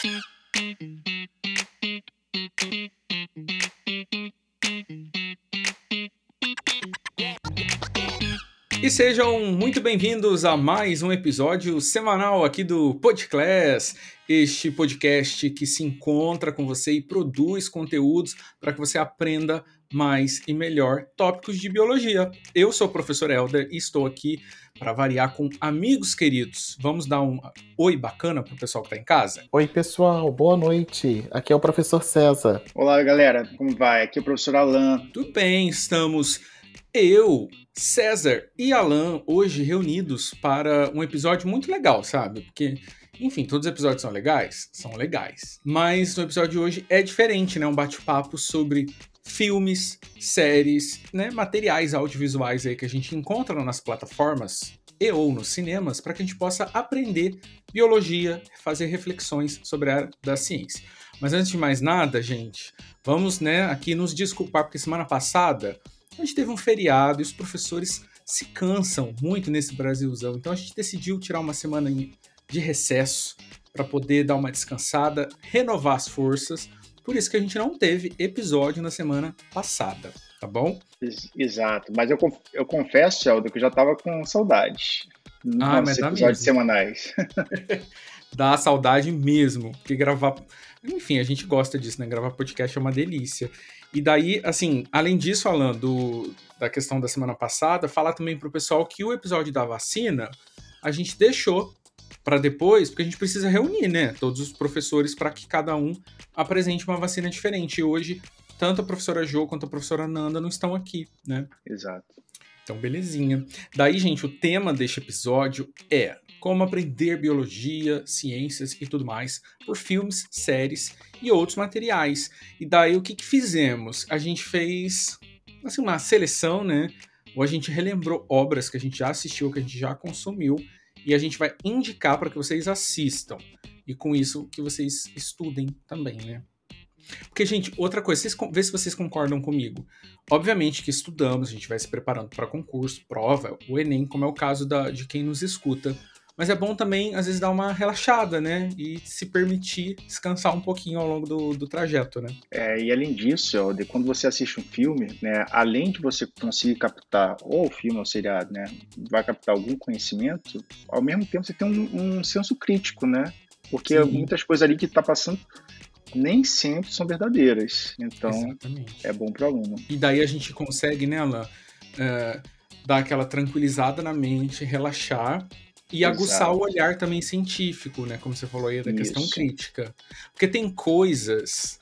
E sejam muito bem-vindos a mais um episódio semanal aqui do Podclass, este podcast que se encontra com você e produz conteúdos para que você aprenda mais e melhor tópicos de biologia. Eu sou o professor Helder e estou aqui para variar com amigos queridos. Vamos dar um oi bacana para o pessoal que está em casa? Oi, pessoal, boa noite. Aqui é o professor César. Olá, galera, como vai? Aqui é o professor Alan. Tudo bem, estamos eu, César e Alan hoje reunidos para um episódio muito legal, sabe? Porque, enfim, todos os episódios são legais. Mas o episódio de hoje é diferente, né? Um bate-papo sobre filmes, séries, né? Materiais audiovisuais aí que a gente encontra nas plataformas e ou nos cinemas para que a gente possa aprender biologia, fazer reflexões sobre a área da ciência. Mas antes de mais nada, gente, vamos, né, aqui nos desculpar, porque semana passada a gente teve um feriado e os professores se cansam muito nesse Brasilzão. Então a gente decidiu tirar uma semana de recesso para poder dar uma descansada, renovar as forças. Por isso que a gente não teve episódio na semana passada, tá bom? Exato, mas eu confesso, Helder, que eu já estava com saudade nos episódios semanais. Dá saudade mesmo, porque gravar... Enfim, a gente gosta disso, né? Gravar podcast é uma delícia. E daí, assim, além disso, Alan, da questão da semana passada, falar também pro pessoal que o episódio da vacina a gente deixou para depois, porque a gente precisa reunir, né? Todos os professores para que cada um apresente uma vacina diferente. E hoje, tanto a professora Jo quanto a professora Nanda não estão aqui, né? Exato. Então, belezinha. Daí, gente, o tema deste episódio é como aprender biologia, ciências e tudo mais por filmes, séries e outros materiais. E daí, o que fizemos? A gente fez, assim, uma seleção, né? Ou a gente relembrou obras que a gente já assistiu, que a gente já consumiu, e a gente vai indicar para que vocês assistam. E com isso, que vocês estudem também, né? Porque, gente, outra coisa, vê se vocês concordam comigo. Obviamente que estudamos, a gente vai se preparando para concurso, prova, o Enem, como é o caso de quem nos escuta. Mas é bom também, às vezes, dar uma relaxada, né? E se permitir descansar um pouquinho ao longo do trajeto, né? E além disso, Helder, quando você assiste um filme, né, além de você conseguir captar, ou o filme ou o seriado, né, vai captar algum conhecimento, ao mesmo tempo você tem um senso crítico, né? Porque Sim. Muitas coisas ali que tá passando nem sempre são verdadeiras. Então, exatamente, é bom para o aluno. E daí a gente consegue, né, Alan, dar aquela tranquilizada na mente, relaxar e aguçar o olhar também científico, né? Como você falou aí, da questão crítica. Porque tem coisas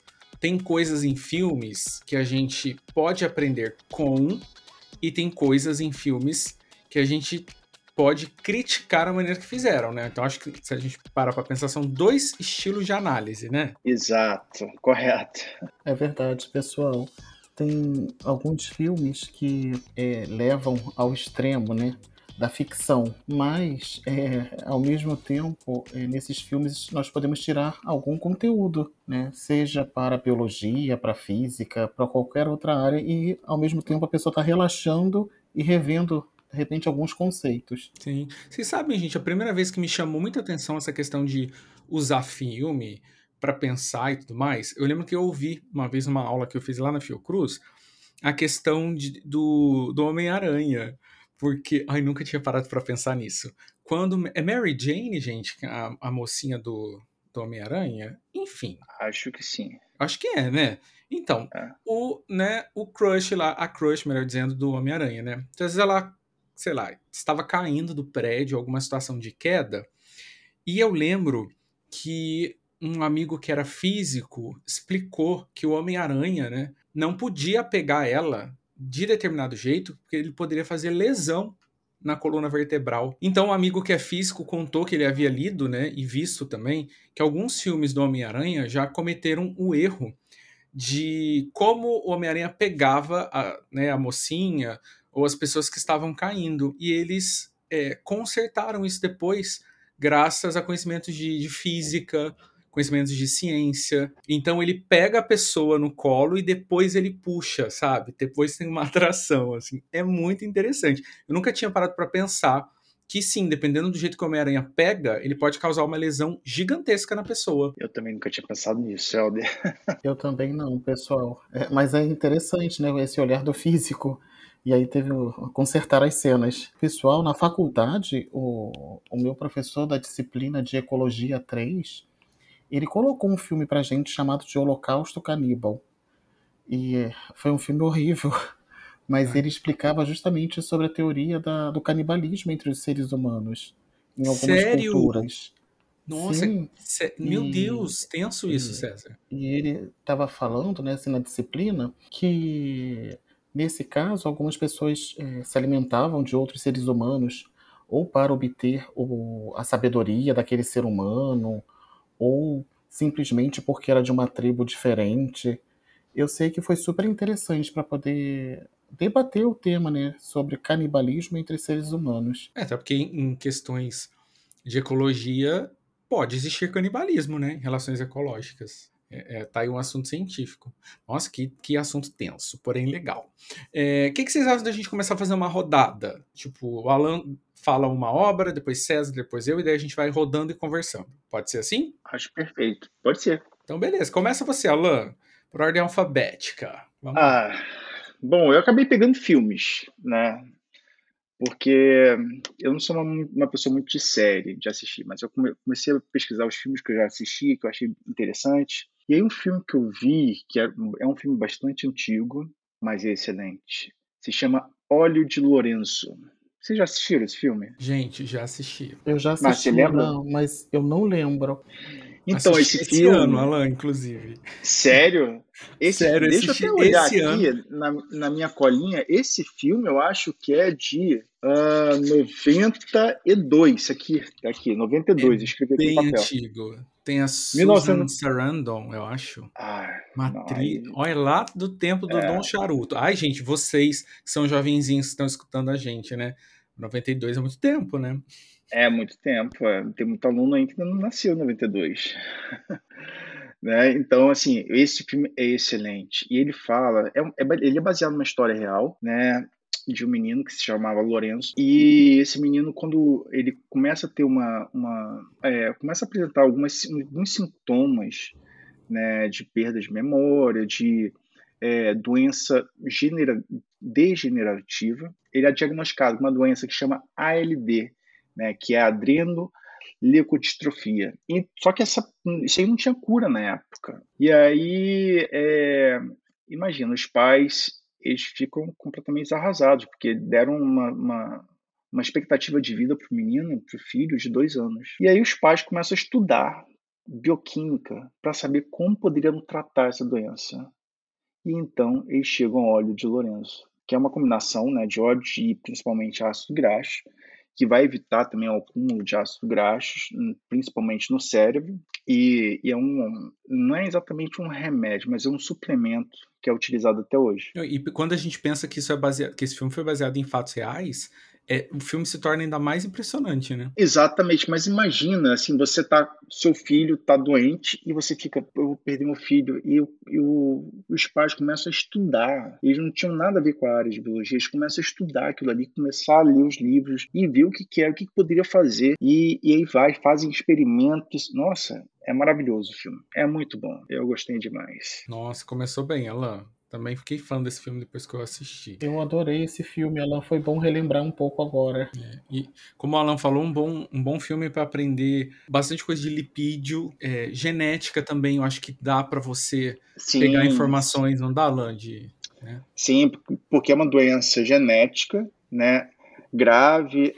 em filmes que a gente pode aprender com e tem coisas em filmes que a gente pode criticar a maneira que fizeram, né? Então acho que se a gente parar para pensar, são dois estilos de análise, né? Exato, correto. É verdade, pessoal. Tem alguns filmes que levam ao extremo, né, da ficção, mas ao mesmo tempo, nesses filmes nós podemos tirar algum conteúdo, né, seja para biologia, para física, para qualquer outra área, e ao mesmo tempo a pessoa está relaxando e revendo de repente alguns conceitos. Sim. Vocês sabem, gente, a primeira vez que me chamou muita atenção essa questão de usar filme para pensar e tudo mais, eu lembro que eu ouvi uma vez numa aula que eu fiz lá na Fiocruz a questão do Homem-Aranha, porque ai, nunca tinha parado para pensar nisso. Quando é Mary Jane, gente, a mocinha do Homem-Aranha, enfim. Acho que sim. Acho que é, né? Então, o crush lá, a crush, melhor dizendo, do Homem-Aranha, né? Então, às vezes ela, sei lá, estava caindo do prédio, alguma situação de queda, e eu lembro que um amigo que era físico explicou que o Homem-Aranha, né, não podia pegar ela de determinado jeito, porque ele poderia fazer lesão na coluna vertebral. Então, um amigo que é físico contou que ele havia lido, né, e visto também, que alguns filmes do Homem-Aranha já cometeram o erro de como o Homem-Aranha pegava a mocinha ou as pessoas que estavam caindo. E eles consertaram isso depois, graças a conhecimentos de física, conhecimentos de ciência. Então ele pega a pessoa no colo e depois ele puxa, sabe? Depois tem uma atração, assim. É muito interessante. Eu nunca tinha parado para pensar que sim, dependendo do jeito que o Homem-Aranha pega, ele pode causar uma lesão gigantesca na pessoa. Eu também nunca tinha pensado nisso, Helder. Eu também não, pessoal. Mas é interessante, né, esse olhar do físico. E aí teve consertar as cenas. Pessoal, na faculdade, o meu professor da disciplina de Ecologia 3, ele colocou um filme pra gente chamado de Holocausto Caníbal. E foi um filme horrível, mas ele explicava justamente sobre a teoria do canibalismo entre os seres humanos em algumas Sério? culturas. Nossa, Sim, meu e, Deus, tenso isso, e, César. e ele estava falando, né, assim, na disciplina, que nesse caso algumas pessoas se alimentavam de outros seres humanos ou para obter a sabedoria daquele ser humano, ou simplesmente porque era de uma tribo diferente. Eu sei que foi super interessante para poder debater o tema, né, sobre canibalismo entre seres humanos. Até porque em questões de ecologia pode existir canibalismo, né, em relações ecológicas. Tá aí um assunto científico. Nossa, que assunto tenso, porém legal. Que vocês acham da gente começar a fazer uma rodada? Tipo, o Alan fala uma obra, depois César, depois eu, e daí a gente vai rodando e conversando. Pode ser assim? Acho perfeito. Pode ser. Então, beleza. Começa você, Alan, por ordem alfabética. Vamos lá. Bom, eu acabei pegando filmes, né? Porque eu não sou uma pessoa muito de série, de assistir, mas eu comecei a pesquisar os filmes que eu já assisti, que eu achei interessante. E aí um filme que eu vi, que é um filme bastante antigo, mas é excelente. Se chama Óleo de Lourenço. Vocês já assistiram esse filme? Gente, já assisti. Eu já Mas você assisti, lembra? não, mas eu não lembro. Então, Assisti esse esse ano, filme, Alan, inclusive. sério? Sério, Deixa eu até assisti olhar esse aqui ano. na minha colinha. Esse filme eu acho que é de 92. Aqui, É 92. Escrevi aqui no bem papel. antigo. Tem a Susan 1900. Sarandon, eu acho. Não, aí. Olha lá do tempo do Dom Charuto. Ai, gente, vocês que são jovenzinhos que estão escutando a gente, né? 92 é muito tempo, né? É muito tempo. Tem muito aluno aí que não nasceu em 92. Né? Então, assim, esse filme é excelente. E ele fala, ele é baseado numa história real, né? De um menino que se chamava Lourenço. E esse menino, quando ele começa a ter começa a apresentar alguns sintomas, né? De perda de memória, de doença degenerativa, ele é diagnosticado com uma doença que chama ALD, né? Que é leucodistrofia. Só que isso aí não tinha cura na época. E aí, imagina, os pais, eles ficam completamente arrasados, porque deram uma expectativa de vida para o menino, para o filho, de 2 anos. E aí os pais começam a estudar bioquímica para saber como poderiam tratar essa doença. E então eles chegam ao óleo de Lourenço, que é uma combinação, né, de óleo e principalmente ácido graxo, que vai evitar também o acúmulo de ácido graxos, principalmente no cérebro, e não é exatamente um remédio, mas é um suplemento que é utilizado até hoje. E quando a gente pensa que que esse filme foi baseado em fatos reais, o filme se torna ainda mais impressionante, né? Exatamente, mas imagina, assim, seu filho tá doente e você fica, eu vou perder meu filho, os pais começam a estudar, eles não tinham nada a ver com a área de biologia, eles começam a estudar aquilo ali, começar a ler os livros e ver o que era, o que poderia fazer, e aí fazem experimentos, nossa, é maravilhoso o filme, é muito bom, eu gostei demais. Nossa, começou bem, Alan. Também fiquei fã desse filme depois que eu assisti. Eu adorei esse filme, Alan. Foi bom relembrar um pouco agora. E como o Alan falou, um bom filme para aprender bastante coisa de lipídio, genética também. Eu acho que dá para você pegar Sim, informações, não dá, Alan? Né? sim, porque é uma doença genética, né, grave,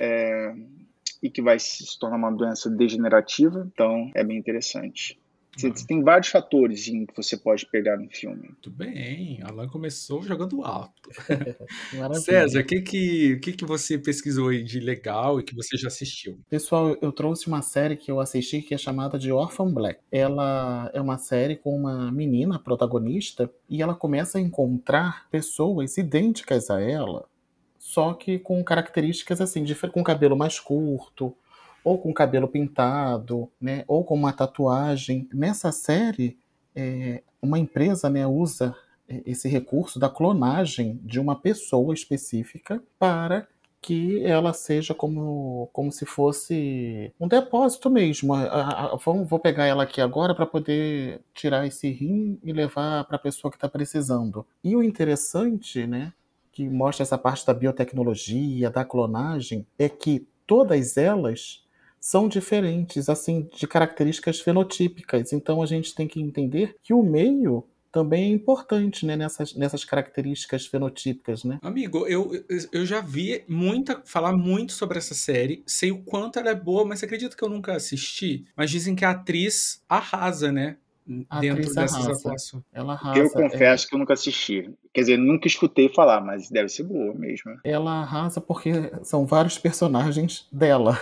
e que vai se tornar uma doença degenerativa, então é bem interessante. Tem vários fatores que você pode pegar no filme. Muito bem, Alan começou jogando alto. Maravilha. César, o que você pesquisou aí de legal e que você já assistiu? Pessoal, eu trouxe uma série que eu assisti que é chamada de Orphan Black. Ela é uma série com uma menina protagonista e ela começa a encontrar pessoas idênticas a ela, só que com características assim, com cabelo mais curto, ou com cabelo pintado, né, ou com uma tatuagem. Nessa série, uma empresa, né, usa esse recurso da clonagem de uma pessoa específica para que ela seja como se fosse um depósito mesmo. Vou pegar ela aqui agora para poder tirar esse rim e levar para a pessoa que está precisando. E o interessante, né, que mostra essa parte da biotecnologia, da clonagem, é que todas elas são diferentes, assim, de características fenotípicas. Então a gente tem que entender que o meio também é importante, né, nessas características fenotípicas, né? Amigo, eu já vi falar muito sobre essa série, sei o quanto ela é boa, mas você acredita que eu nunca assisti? Mas dizem que a atriz arrasa, né? A Dentro atriz dessas arrasa. atuações. Ela Eu arrasa. confesso que eu nunca assisti. Quer dizer, nunca escutei falar, mas deve ser boa mesmo. Ela arrasa porque são vários personagens dela.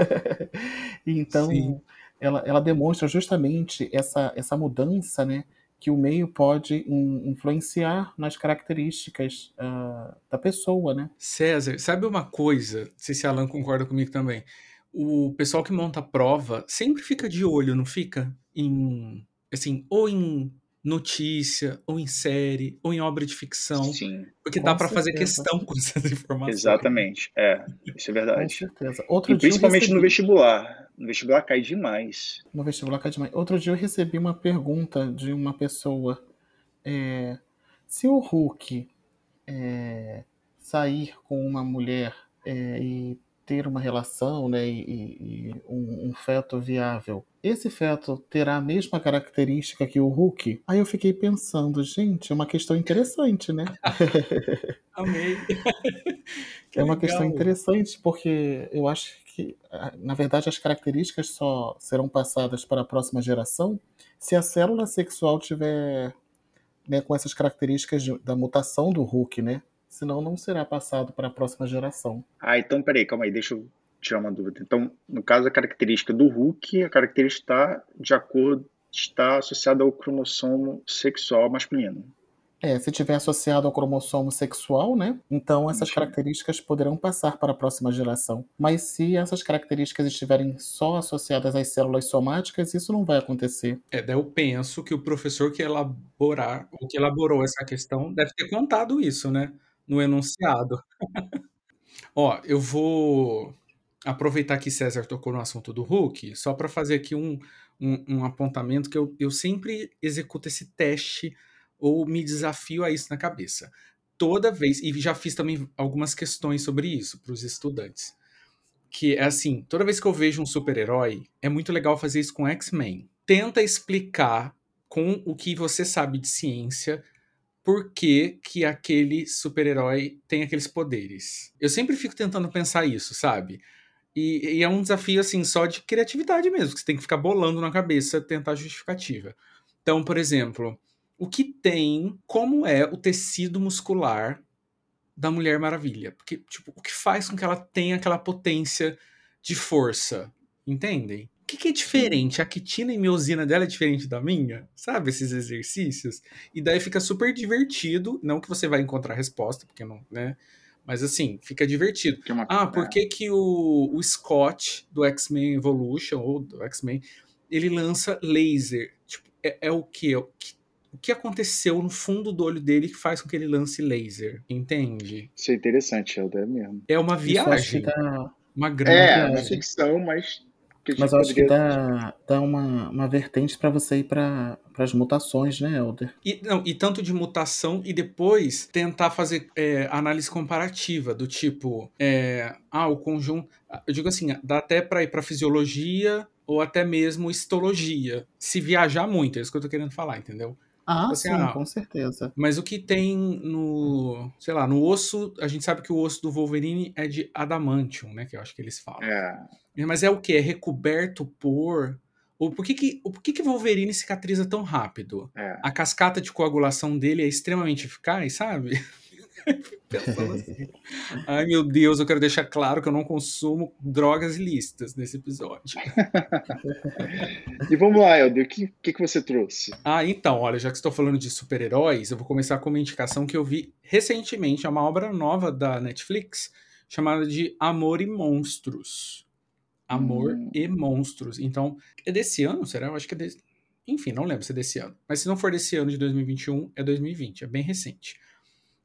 Sim. Então, ela demonstra justamente essa mudança, né, que o meio pode influenciar nas características da pessoa, né? César, sabe uma coisa? Não sei se a Alan concorda comigo também. O pessoal que monta a prova sempre fica de olho, não fica? Assim, ou em notícia, ou em série, ou em obra de ficção. Sim, Porque dá Com pra fazer certeza, questão com essas informações. exatamente. Isso é com verdade. certeza. E Outro dia eu principalmente no recebi, vestibular. No vestibular cai demais. no vestibular Cadimai, outro dia eu recebi uma pergunta de uma pessoa, é, se o Hulk sair com uma mulher e ter uma relação, né, e um feto viável, esse feto terá a mesma característica que o Hulk? Aí eu fiquei pensando, gente, é uma questão interessante, né? Amei. Que É uma questão legal. interessante porque eu acho que, na verdade, as características só serão passadas para a próxima geração se a célula sexual tiver, né, com essas características da mutação do Hulk, né? Senão não será passado para a próxima geração. Então peraí, calma aí, deixa eu tirar uma dúvida. Então, no caso, a característica do Hulk, a característica está associada ao cromossomo sexual masculino. Se tiver associado ao cromossomo sexual, né? Então essas Entendi. características poderão passar para a próxima geração. Mas se essas características estiverem só associadas às células somáticas, isso não vai acontecer. Daí eu penso que o professor que elaborou essa questão deve ter contado isso, né? No enunciado. Ó, eu vou aproveitar que César tocou no assunto do Hulk, só para fazer aqui um apontamento que eu sempre executo esse teste ou me desafio a isso na cabeça. Toda vez, e já fiz também algumas questões sobre isso para os estudantes, que é assim, toda vez que eu vejo um super-herói, é muito legal fazer isso com X-Men. Tenta explicar com o que você sabe de ciência por que, que aquele super-herói tem aqueles poderes. Eu sempre fico tentando pensar isso, sabe? E é um desafio, assim, só de criatividade mesmo, que você tem que ficar bolando na cabeça, tentar justificativa. Então, por exemplo, o que tem, como é o tecido muscular da Mulher Maravilha? Porque, tipo, o que faz com que ela tenha aquela potência de força? Entendem? O que é Sim. diferente? A quitina e miosina dela é diferente da minha? Sabe, esses exercícios? E daí fica super divertido. Não que você vai encontrar resposta, porque não, né? Mas assim, fica divertido. Que é uma, Por que que o Scott do X-Men Evolution, ou do X-Men, ele lança laser? Tipo, é o quê? O que aconteceu no fundo do olho dele que faz com que ele lance laser? Entende? Isso é interessante, Helder, é mesmo. É uma Isso eu acho que viagem. dá Uma uma grande É viagem. viagem. ficção, mas que a gente Mas eu acho que poderia. dá uma vertente para você ir para as mutações, né, Helder? E tanto de mutação e depois tentar fazer análise comparativa, do tipo, o conjunto. Eu digo assim, dá até para ir para fisiologia ou até mesmo histologia. Se viajar muito, é isso que eu tô querendo falar, entendeu? Ah, Tipo assim, sim, com certeza. mas o que tem no, sei lá, no osso, a gente sabe que o osso do Wolverine é de adamantium, né, que eu acho que eles falam. É, Mas é o que? É recoberto por... Ou por que Wolverine cicatriza tão rápido? é. A cascata de coagulação dele é extremamente eficaz, sabe? Pensando assim. Ai, meu Deus, eu quero deixar claro que eu não consumo drogas ilícitas nesse episódio. E vamos lá, Helder, o que você trouxe? Então, olha, já que estou falando de super-heróis, eu vou começar com uma indicação que eu vi recentemente, é uma obra nova da Netflix, chamada de Amor e Monstros. Amor Hum, e Monstros. Então, é desse ano, será? Eu acho que é desse... Enfim, não lembro se é desse ano. Mas se não for desse ano de 2021, é 2020. É bem recente.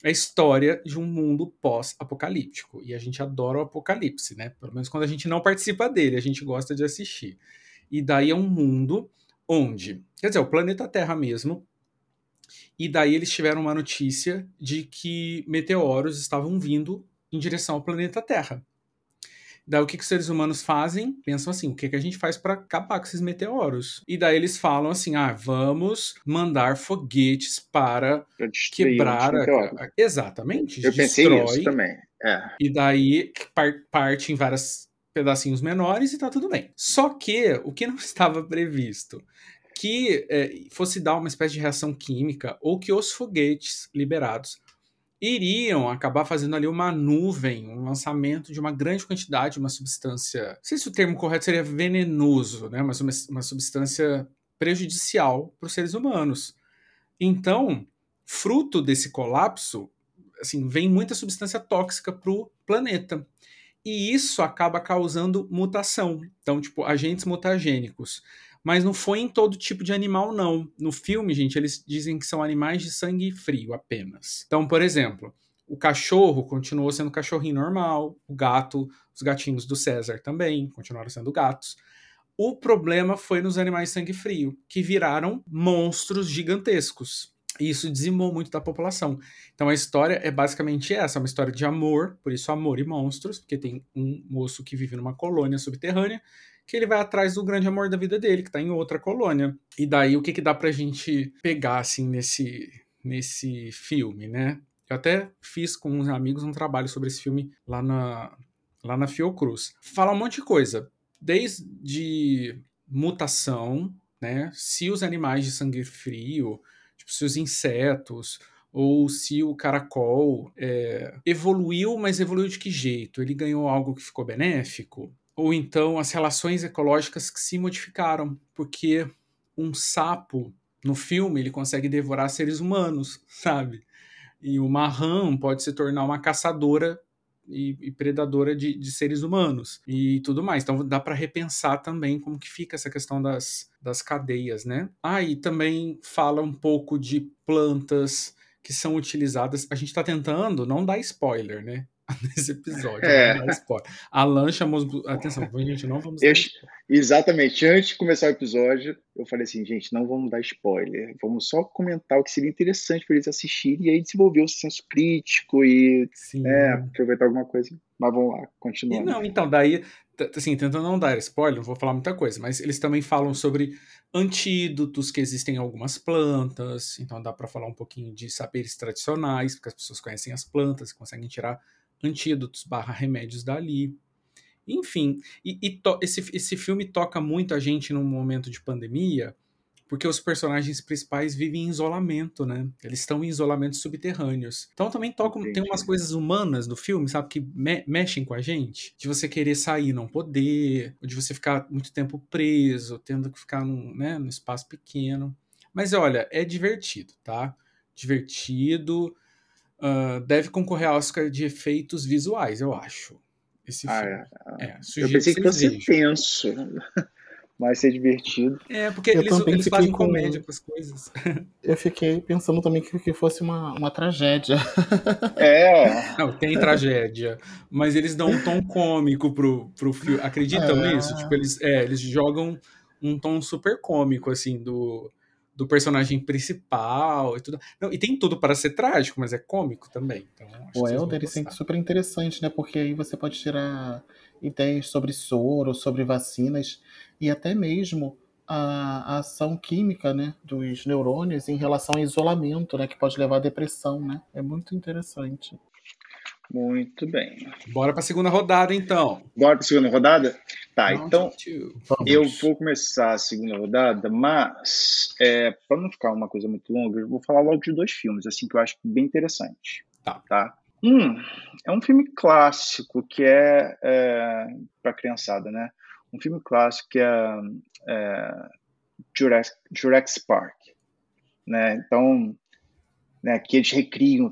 a história de um mundo pós-apocalíptico. E a gente adora o apocalipse, né? Pelo menos quando a gente não participa dele, a gente gosta de assistir. E daí é um mundo onde, quer dizer, o planeta Terra mesmo, e daí eles tiveram uma notícia de que meteoros estavam vindo em direção ao planeta Terra. Daí o que os seres humanos fazem? Pensam assim, o que a gente faz para acabar com esses meteoros? E daí eles falam assim, vamos mandar foguetes para quebrar exatamente, eu pensei destrói, isso também. E daí parte em vários pedacinhos menores e tá tudo bem. Só que o que não estava previsto que fosse dar uma espécie de reação química ou que os foguetes liberados iriam acabar fazendo ali uma nuvem, um lançamento de uma grande quantidade de uma substância, não sei se o termo correto seria venenoso, né? Mas uma substância prejudicial para os seres humanos. Então, fruto desse colapso, assim, vem muita substância tóxica para o planeta. E isso acaba causando mutação. Então, tipo, agentes mutagênicos. Mas não foi em todo tipo de animal, não. No filme, gente, eles dizem que são animais de sangue frio apenas. Então, por exemplo, o cachorro continuou sendo cachorrinho normal, o gato, os gatinhos do César também continuaram sendo gatos. O problema foi nos animais de sangue frio, que viraram monstros gigantescos. E isso dizimou muito da população. Então a história é basicamente essa, uma história de amor, por isso Amor e Monstros, porque tem um moço que vive numa colônia subterrânea, que ele vai atrás do grande amor da vida dele, que tá em outra colônia. E daí o que dá pra gente pegar, assim, nesse filme, né? Eu até fiz com uns amigos um trabalho sobre esse filme lá na Fiocruz. Fala um monte de coisa, desde mutação, né? Se os animais de sangue frio, tipo, se os insetos ou se o caracol evoluiu, mas evoluiu de que jeito? Ele ganhou algo que ficou benéfico? Ou então as relações ecológicas que se modificaram, porque um sapo, no filme, ele consegue devorar seres humanos, sabe? E uma rã pode se tornar uma caçadora e predadora de seres humanos e tudo mais. Então dá para repensar também como que fica essa questão das cadeias, né? E também fala um pouco de plantas que são utilizadas. A gente está tentando não dar spoiler, né? Nesse episódio, não dar spoiler. Alan chamou atenção, gente, não vamos dar spoiler. Exatamente, antes de começar o episódio, eu falei assim, gente, não vamos dar spoiler, vamos só comentar o que seria interessante para eles assistirem e aí desenvolver o senso crítico e aproveitar alguma coisa. Mas vamos lá, continuando. E não, então, daí, assim, tentando não dar spoiler, não vou falar muita coisa, mas eles também falam sobre antídotos que existem em algumas plantas, então dá para falar um pouquinho de saberes tradicionais, porque as pessoas conhecem as plantas, conseguem tirar antídotos / remédios dali. Enfim, esse filme toca muito a gente num momento de pandemia, porque os personagens principais vivem em isolamento, né? Eles estão em isolamentos subterrâneos. Então também tem umas coisas humanas do filme, sabe, que mexem com a gente. De você querer sair e não poder, ou de você ficar muito tempo preso, tendo que ficar num espaço pequeno. Mas olha, é divertido, tá? Divertido. Deve concorrer ao Oscar de efeitos visuais, eu acho. Esse filme. Eu pensei que fosse tenso, mas ser divertido. Porque eles fazem comédia com as coisas. Eu fiquei pensando também que fosse uma tragédia. Não, tem tragédia, mas eles dão um tom cômico pro filme. Acreditam nisso? Tipo, eles jogam um tom super cômico, assim, do personagem principal e tudo. Não, e tem tudo para ser trágico, mas é cômico também. Então, o Helder é super interessante, né? Porque aí você pode tirar ideias sobre soro, sobre vacinas e até mesmo a ação química, né, dos neurônios em relação ao isolamento, né, que pode levar à depressão, né? É muito interessante. Muito bem. Bora para a segunda rodada, então. Bora para a segunda rodada? Tá, então eu vou começar a segunda rodada, mas para não ficar uma coisa muito longa, eu vou falar logo de 2 filmes, assim, que eu acho bem interessante. Tá? É um filme clássico que é para criançada, né? Um filme clássico que é Jurassic Park, né? Então, né, que eles recriam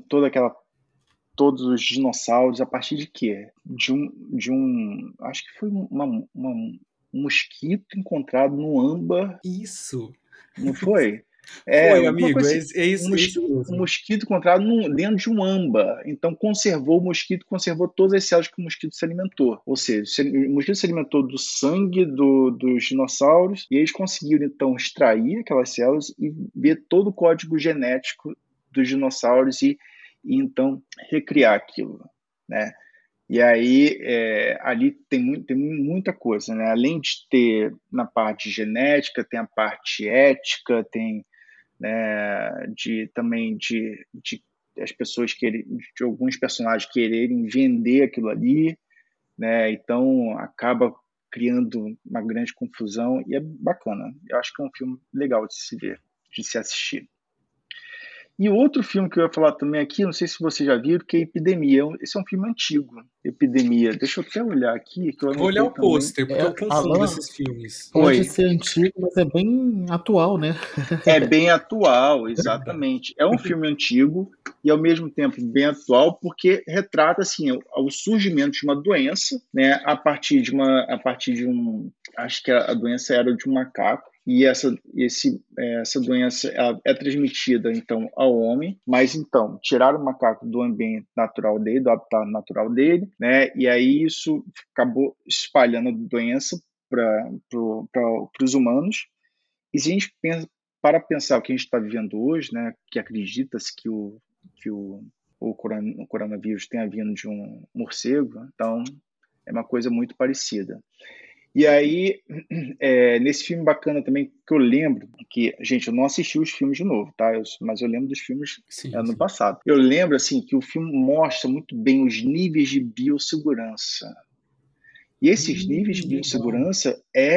todos os dinossauros a partir de quê? De um acho que foi um mosquito encontrado no âmbar. Isso. Não foi? Foi, Alguma amigo, coisa é, assim. é isso Um mesmo. mosquito encontrado dentro de um âmbar. Então, o mosquito conservou todas as células que o mosquito se alimentou. Ou seja, o mosquito se alimentou do sangue dos dinossauros e eles conseguiram, então, extrair aquelas células e ver todo o código genético dos dinossauros e então, recriar aquilo, né? E aí, ali tem muita coisa, né? Além de ter na parte genética, tem a parte ética, tem, né, também de as pessoas de alguns personagens quererem vender aquilo ali, né? Então acaba criando uma grande confusão e é bacana. Eu acho que é um filme legal de se ver, de se assistir. E outro filme que eu ia falar também aqui, não sei se você já viu, que é Epidemia. Esse é um filme antigo, Epidemia. Deixa eu até olhar aqui, que eu Eu vou olhar anotei o também. pôster, porque eu confundo Alan, esses filmes. pode Oi. ser antigo, mas é bem atual, né? É bem atual, Verdade. exatamente. É um filme antigo e ao mesmo tempo bem atual, porque retrata assim o surgimento de uma doença, né, a partir de acho que a doença era de um macaco e essa doença ela é transmitida então ao homem, mas então tiraram o macaco do ambiente natural dele, do habitat natural dele, né, e aí isso acabou espalhando a doença para os humanos. E se a gente para pensar o que a gente está vivendo hoje, né, que acredita-se o coronavírus tenha vindo de um morcego, então é uma coisa muito parecida. E aí, nesse filme bacana também, que eu lembro, que, gente, eu não assisti os filmes de novo, tá? Mas eu lembro dos filmes Sim, no sim. passado. Eu lembro, assim, que o filme mostra muito bem os níveis de biossegurança. E esses níveis de Legal. biossegurança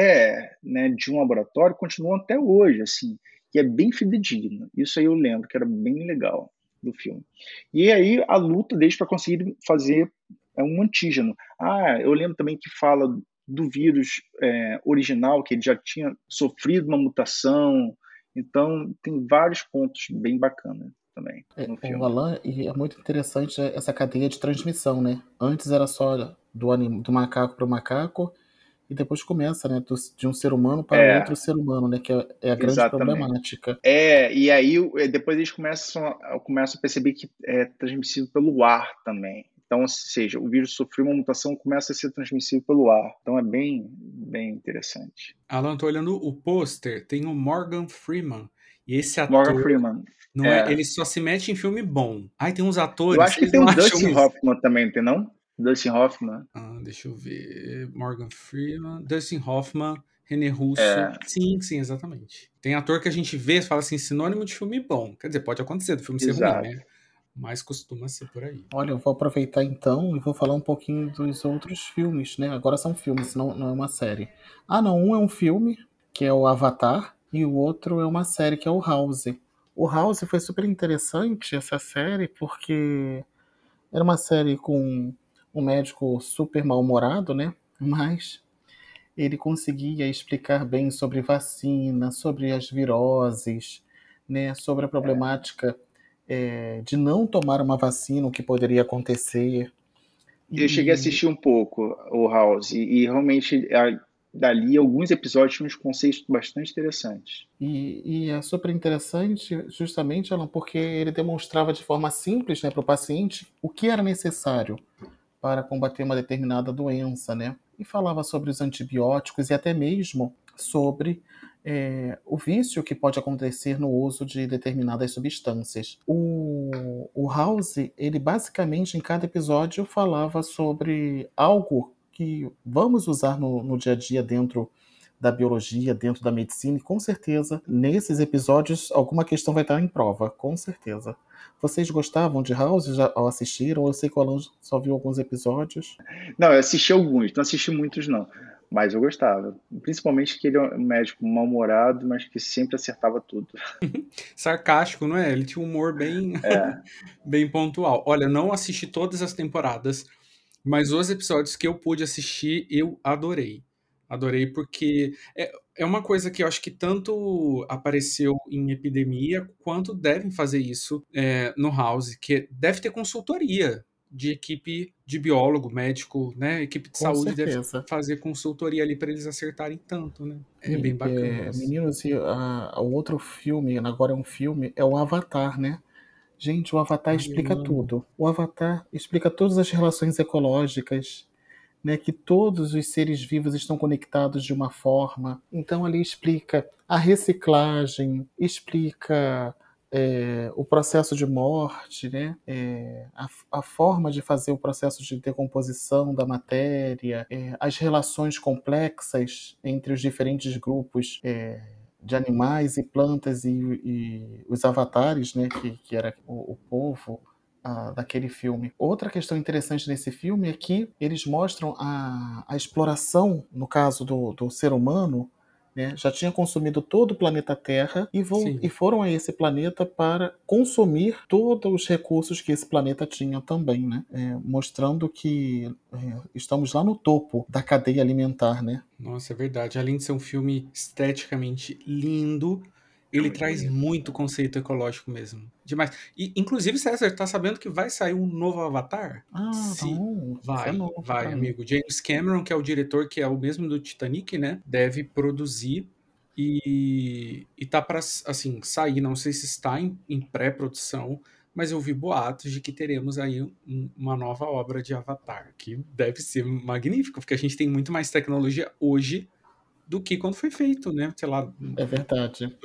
né, de um laboratório continuam até hoje, assim, e é bem fidedigno. Isso aí eu lembro que era bem legal do filme. E aí a luta deles para conseguir fazer um antígeno. Eu lembro também que fala do vírus original, que ele já tinha sofrido uma mutação. Então tem vários pontos bem bacanas também no O filme. Alan, e é muito interessante essa cadeia de transmissão, né? Antes era só do macaco para o macaco, e depois começa, né, de um ser humano para outro É, ser humano, né? Que é a grande exatamente. problemática. E aí depois eles começam a perceber que é transmissível pelo ar também. Então, ou seja, o vírus sofreu uma mutação, começa a ser transmissível pelo ar. Então é bem, bem interessante. Alan, tô olhando o pôster, tem o Morgan Freeman. E esse Morgan ator, Freeman. não é, É, ele só se mete em filme bom. Ai, tem uns eu atores, acho que vocês tem não o acham Dustin isso? Hoffman também, não tem não? Dustin Hoffman. Deixa eu ver. Morgan Freeman, Dustin Hoffman, René Russo. É, Sim, sim, exatamente. Tem ator que a gente vê e fala assim, sinônimo de filme bom. Quer dizer, pode acontecer do filme ser ruim, exato. né? Mas costuma ser por aí. Olha, eu vou aproveitar então e vou falar um pouquinho dos outros filmes, né? Agora são filmes, não é uma série. Ah, não, um é um filme, que é o Avatar, e o outro é uma série, que é o House. O House foi super interessante, essa série, porque era uma série com um médico super mal-humorado, né? Mas ele conseguia explicar bem sobre vacina, sobre as viroses, né? Sobre a problemática de não tomar uma vacina, o que poderia acontecer. Eu cheguei a E, assistir um pouco o House e realmente dali alguns episódios tinham uns conceitos bastante interessantes. e é super interessante, justamente, Alan, porque ele demonstrava de forma simples, né, para o paciente o que era necessário para combater uma determinada doença, né? E falava sobre os antibióticos e até mesmo sobre o vício que pode acontecer no uso de determinadas substâncias. O House, ele basicamente em cada episódio falava sobre algo que vamos usar no dia a dia dentro da biologia, dentro da medicina, e com certeza nesses episódios alguma questão vai estar em prova, com certeza. Vocês gostavam de House já ao assistiram? Eu sei que o Alan só viu alguns episódios. Não, eu assisti alguns, não assisti muitos não, mas eu gostava. Principalmente que ele é um médico mal-humorado, mas que sempre acertava tudo. Sarcástico, não é? Ele tinha um humor bem, É, bem pontual. Olha, eu não assisti todas as temporadas, mas os episódios que eu pude assistir, eu adorei. Adorei porque é uma coisa que eu acho que tanto apareceu em Epidemia, quanto devem fazer isso no House, que deve ter consultoria de equipe de biólogo, médico, né? Equipe de Com saúde deve certeza. fazer consultoria ali para eles acertarem tanto, né? É bem bacana isso. Meninos, e o outro filme, agora é um filme, é o Avatar, né? Gente, o Avatar Ai, eu explica amo. tudo. O Avatar explica todas as relações ecológicas, né, que todos os seres vivos estão conectados de uma forma. Então ali explica a reciclagem, explica o processo de morte, né, a forma de fazer o processo de decomposição da matéria, as relações complexas entre os diferentes grupos de animais e plantas e os avatares, né, que era o povo daquele filme. Outra questão interessante nesse filme é que eles mostram a exploração, no caso do ser humano, né, já tinha consumido todo o planeta Terra e Sim. foram a esse planeta para consumir todos os recursos que esse planeta tinha também, né? Mostrando que estamos lá no topo da cadeia alimentar, né? Nossa, é verdade. Além de ser um filme esteticamente lindo, ele Muito traz bonito. muito conceito ecológico mesmo. Demais. E, inclusive, César, tá sabendo que vai sair um novo Avatar? Ah, Se não, isso é vai, novo vai, para mim. amigo. James Cameron, que é o diretor, que é o mesmo do Titanic, né? Deve produzir e tá para assim sair. Não sei se está em pré-produção, mas eu vi boatos de que teremos aí uma nova obra de Avatar, que deve ser magnífico, porque a gente tem muito mais tecnologia hoje do que quando foi feito, né? Sei lá, É verdade.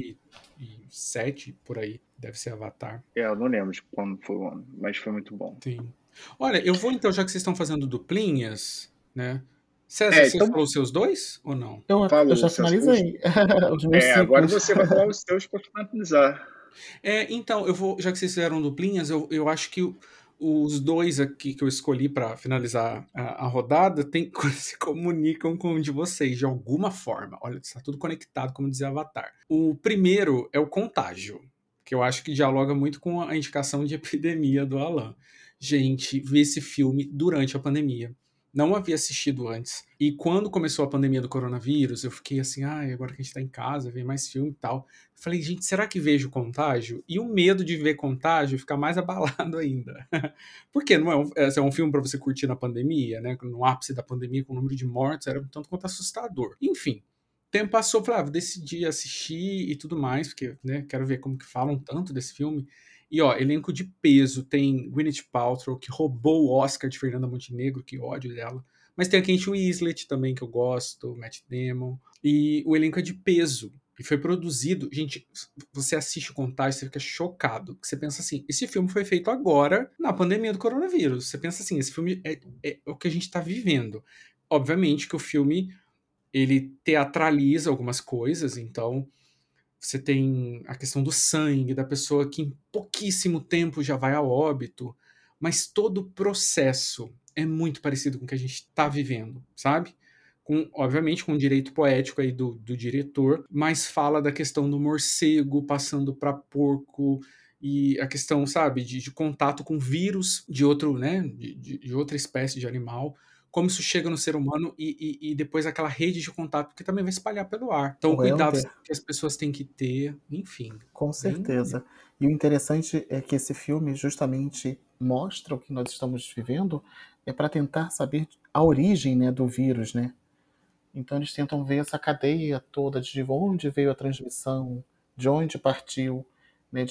2007, por aí, deve ser Avatar. Eu não lembro de quando foi o ano, mas foi muito bom. Sim. Olha, eu vou então, já que vocês estão fazendo duplinhas, né? César, você Então falou os seus dois ou não? Eu falou, já Celso. finalizei os meus Agora ciclos. você vai falar os seus para finalizar. Então, eu vou, já que vocês fizeram duplinhas, eu acho que os dois aqui que eu escolhi para finalizar a rodada se comunicam com o de vocês de alguma forma. Olha, está tudo conectado, como dizia Avatar. O primeiro é o Contágio, que eu acho que dialoga muito com a indicação de epidemia do Alan. Gente, vi esse filme durante a pandemia. Não havia assistido antes. E quando começou a pandemia do coronavírus, eu fiquei assim, agora que a gente tá em casa, ver mais filme e tal. Falei, gente, será que vejo Contágio? E o medo de ver Contágio fica mais abalado ainda. Porque não é um filme para você curtir na pandemia, né? No ápice da pandemia, com o número de mortes, era um tanto quanto assustador. Enfim, o tempo passou, falei, decidi assistir e tudo mais, porque, né, quero ver como que falam tanto desse filme. E, ó, elenco de peso, tem Gwyneth Paltrow, que roubou o Oscar de Fernanda Montenegro, que ódio dela. Mas tem a Kate Winslet também, que eu gosto, Matt Damon. E o elenco é de peso. E foi produzido. Gente, você assiste o Contágio, você fica chocado. Você pensa assim: esse filme foi feito agora, na pandemia do coronavírus. Você pensa assim: esse filme é o que a gente está vivendo. Obviamente que o filme ele teatraliza algumas coisas, então você tem a questão do sangue, da pessoa que em pouquíssimo tempo já vai a óbito, mas todo o processo é muito parecido com o que a gente está vivendo, sabe? Obviamente com o direito poético aí do diretor, mas fala da questão do morcego passando para porco e a questão, sabe, de contato com vírus de outro, né, de outra espécie de animal, como isso chega no ser humano e depois aquela rede de contato, porque também vai espalhar pelo ar. Então, o O cuidado Helder, que as pessoas têm que ter, enfim, com bem certeza. E o interessante é que esse filme justamente mostra o que nós estamos vivendo, é para tentar saber a origem, né, do vírus, né? Então eles tentam ver essa cadeia toda de onde veio a transmissão, de onde partiu, né,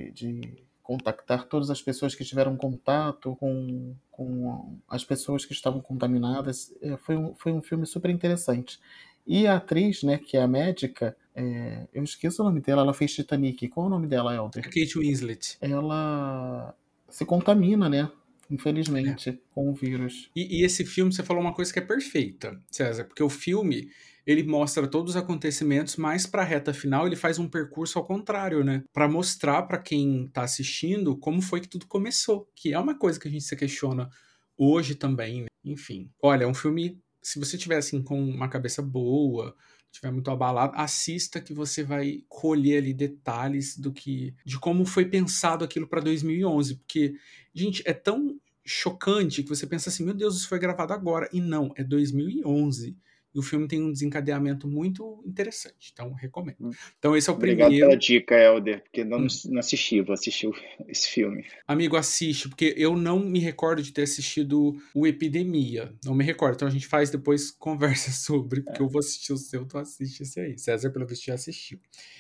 de contactar todas as pessoas que tiveram contato com as pessoas que estavam contaminadas. Foi um filme super interessante. E a atriz, né, que é a médica, eu esqueço o nome dela, ela fez Titanic. Qual é o nome dela, a Helder? Kate Winslet. Ela se contamina, né? É. Infelizmente, com o vírus. E esse filme, você falou uma coisa que é perfeita, César, porque o filme, ele mostra todos os acontecimentos, mas pra reta final ele faz um percurso ao contrário, né? Pra mostrar pra quem tá assistindo como foi que tudo começou, que é uma coisa que a gente se questiona hoje também, né? Enfim. Olha, é um filme, se você tiver assim com uma cabeça boa, tiver muito abalado, assista que você vai colher ali detalhes de como foi pensado aquilo pra 2011, porque gente, é tão chocante que você pensa assim, meu Deus, isso foi gravado agora. E não, é 2011. e o filme tem um desencadeamento muito interessante, então recomendo. Então esse é o Obrigado primeiro. pela dica, Helder, porque não assisti, vou assistir esse filme. Amigo, assiste, porque eu não me recordo de ter assistido o Epidemia, não me recordo, então a gente faz depois conversa sobre, porque eu vou assistir o seu, tu assiste esse aí. César, pelo visto, já assistiu.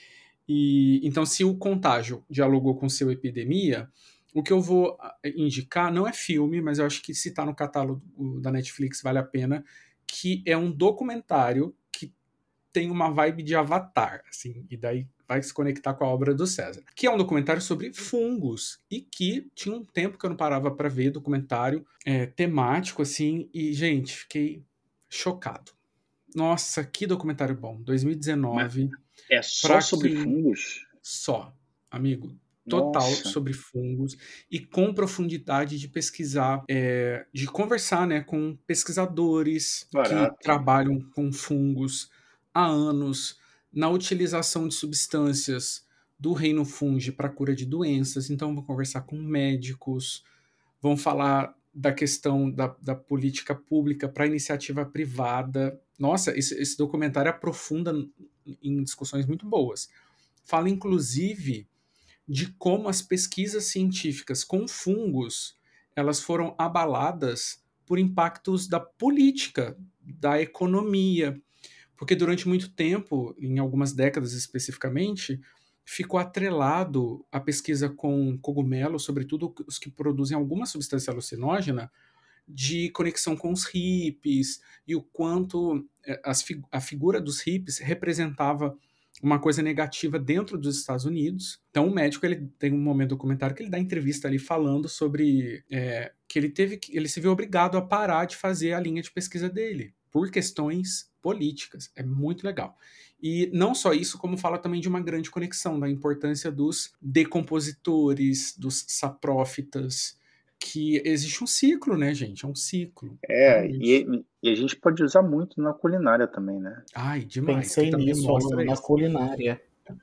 E então, se o Contágio dialogou com o seu Epidemia, o que eu vou indicar não é filme, mas eu acho que se tá no catálogo da Netflix vale a pena, que é um documentário que tem uma vibe de Avatar, assim, e daí vai se conectar com a obra do César, que é um documentário sobre fungos, e que tinha um tempo que eu não parava para ver documentário temático, assim, e, gente, fiquei chocado. Nossa, que documentário bom, 2019. Mas é só sobre fungos? Só, amigo. Total. Nossa. Sobre fungos e com profundidade de pesquisar, de conversar, né, com pesquisadores que trabalham com fungos há anos na utilização de substâncias do reino fungi para cura de doenças. Então vão conversar com médicos, vão falar da questão da política pública para iniciativa privada. Nossa, esse documentário aprofunda em discussões muito boas. Fala, inclusive, de como as pesquisas científicas com fungos elas foram abaladas por impactos da política, da economia, porque durante muito tempo, em algumas décadas especificamente, ficou atrelado a pesquisa com cogumelos, sobretudo os que produzem alguma substância alucinógena, de conexão com os hippies, e o quanto a figura dos hippies representava uma coisa negativa dentro dos Estados Unidos. Então o médico, ele tem um momento documentário que ele dá entrevista ali falando sobre que ele se viu obrigado a parar de fazer a linha de pesquisa dele por questões políticas. É muito legal. E não só isso, como fala também de uma grande conexão, da importância dos decompositores, dos saprófitas, que existe um ciclo, né, gente? É um ciclo. E a gente pode usar muito na culinária também, né? Ai, demais. Pensei nisso, na isso. culinária.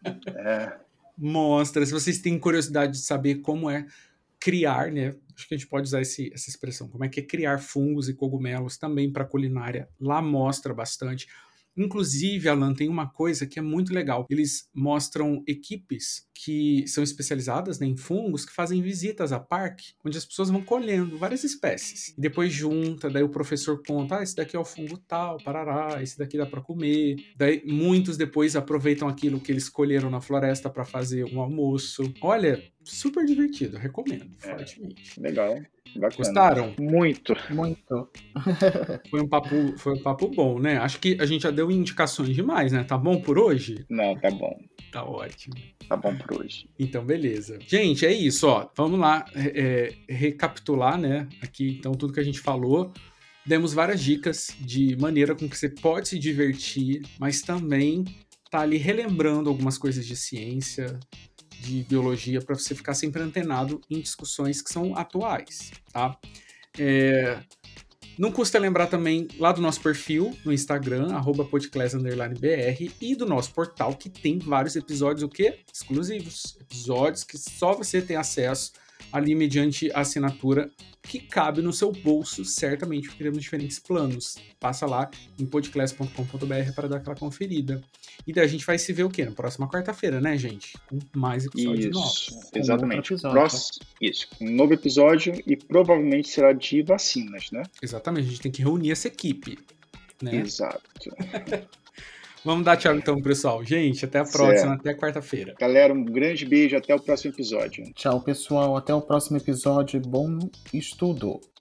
Mostra. Se vocês têm curiosidade de saber como é criar, né? Acho que a gente pode usar essa expressão. Como é que é criar fungos e cogumelos também para culinária. Lá mostra bastante. Inclusive, Alan, tem uma coisa que é muito legal. Eles mostram equipes que são especializadas, né, em fungos, que fazem visitas a parque, onde as pessoas vão colhendo várias espécies. E depois junta, daí o professor conta, esse daqui é o fungo tal, parará, esse daqui dá para comer. Daí muitos depois aproveitam aquilo que eles colheram na floresta para fazer um almoço. Olha, super divertido, recomendo fortemente. Legal. Bacana. Gostaram? Muito. Foi um papo bom, né? Acho que a gente já deu indicações demais, né? Tá bom por hoje? Não, tá bom. Tá ótimo. Tá bom por hoje. Então, beleza. Gente, é isso, ó. Vamos lá recapitular, né? Aqui, então, tudo que a gente falou. Demos várias dicas de maneira com que você pode se divertir, mas também tá ali relembrando algumas coisas de ciência, de biologia, para você ficar sempre antenado em discussões que são atuais, tá? Não custa lembrar também lá do nosso perfil no Instagram, @podclass_br, e do nosso portal, que tem vários episódios, exclusivos. Episódios que só você tem acesso ali mediante a assinatura, que cabe no seu bolso, certamente, porque temos diferentes planos. Passa lá em podclass.com.br para dar aquela conferida. E daí a gente vai se ver o quê? Na próxima quarta-feira, né, gente? Com mais episódios novos. Exatamente. Um novo episódio, e provavelmente será de vacinas, né? Exatamente, a gente tem que reunir essa equipe, né? Exato. Vamos dar tchau então, pessoal. Gente, até a próxima, até quarta-feira. Galera, um grande beijo, até o próximo episódio. Tchau, pessoal, até o próximo episódio. Bom estudo.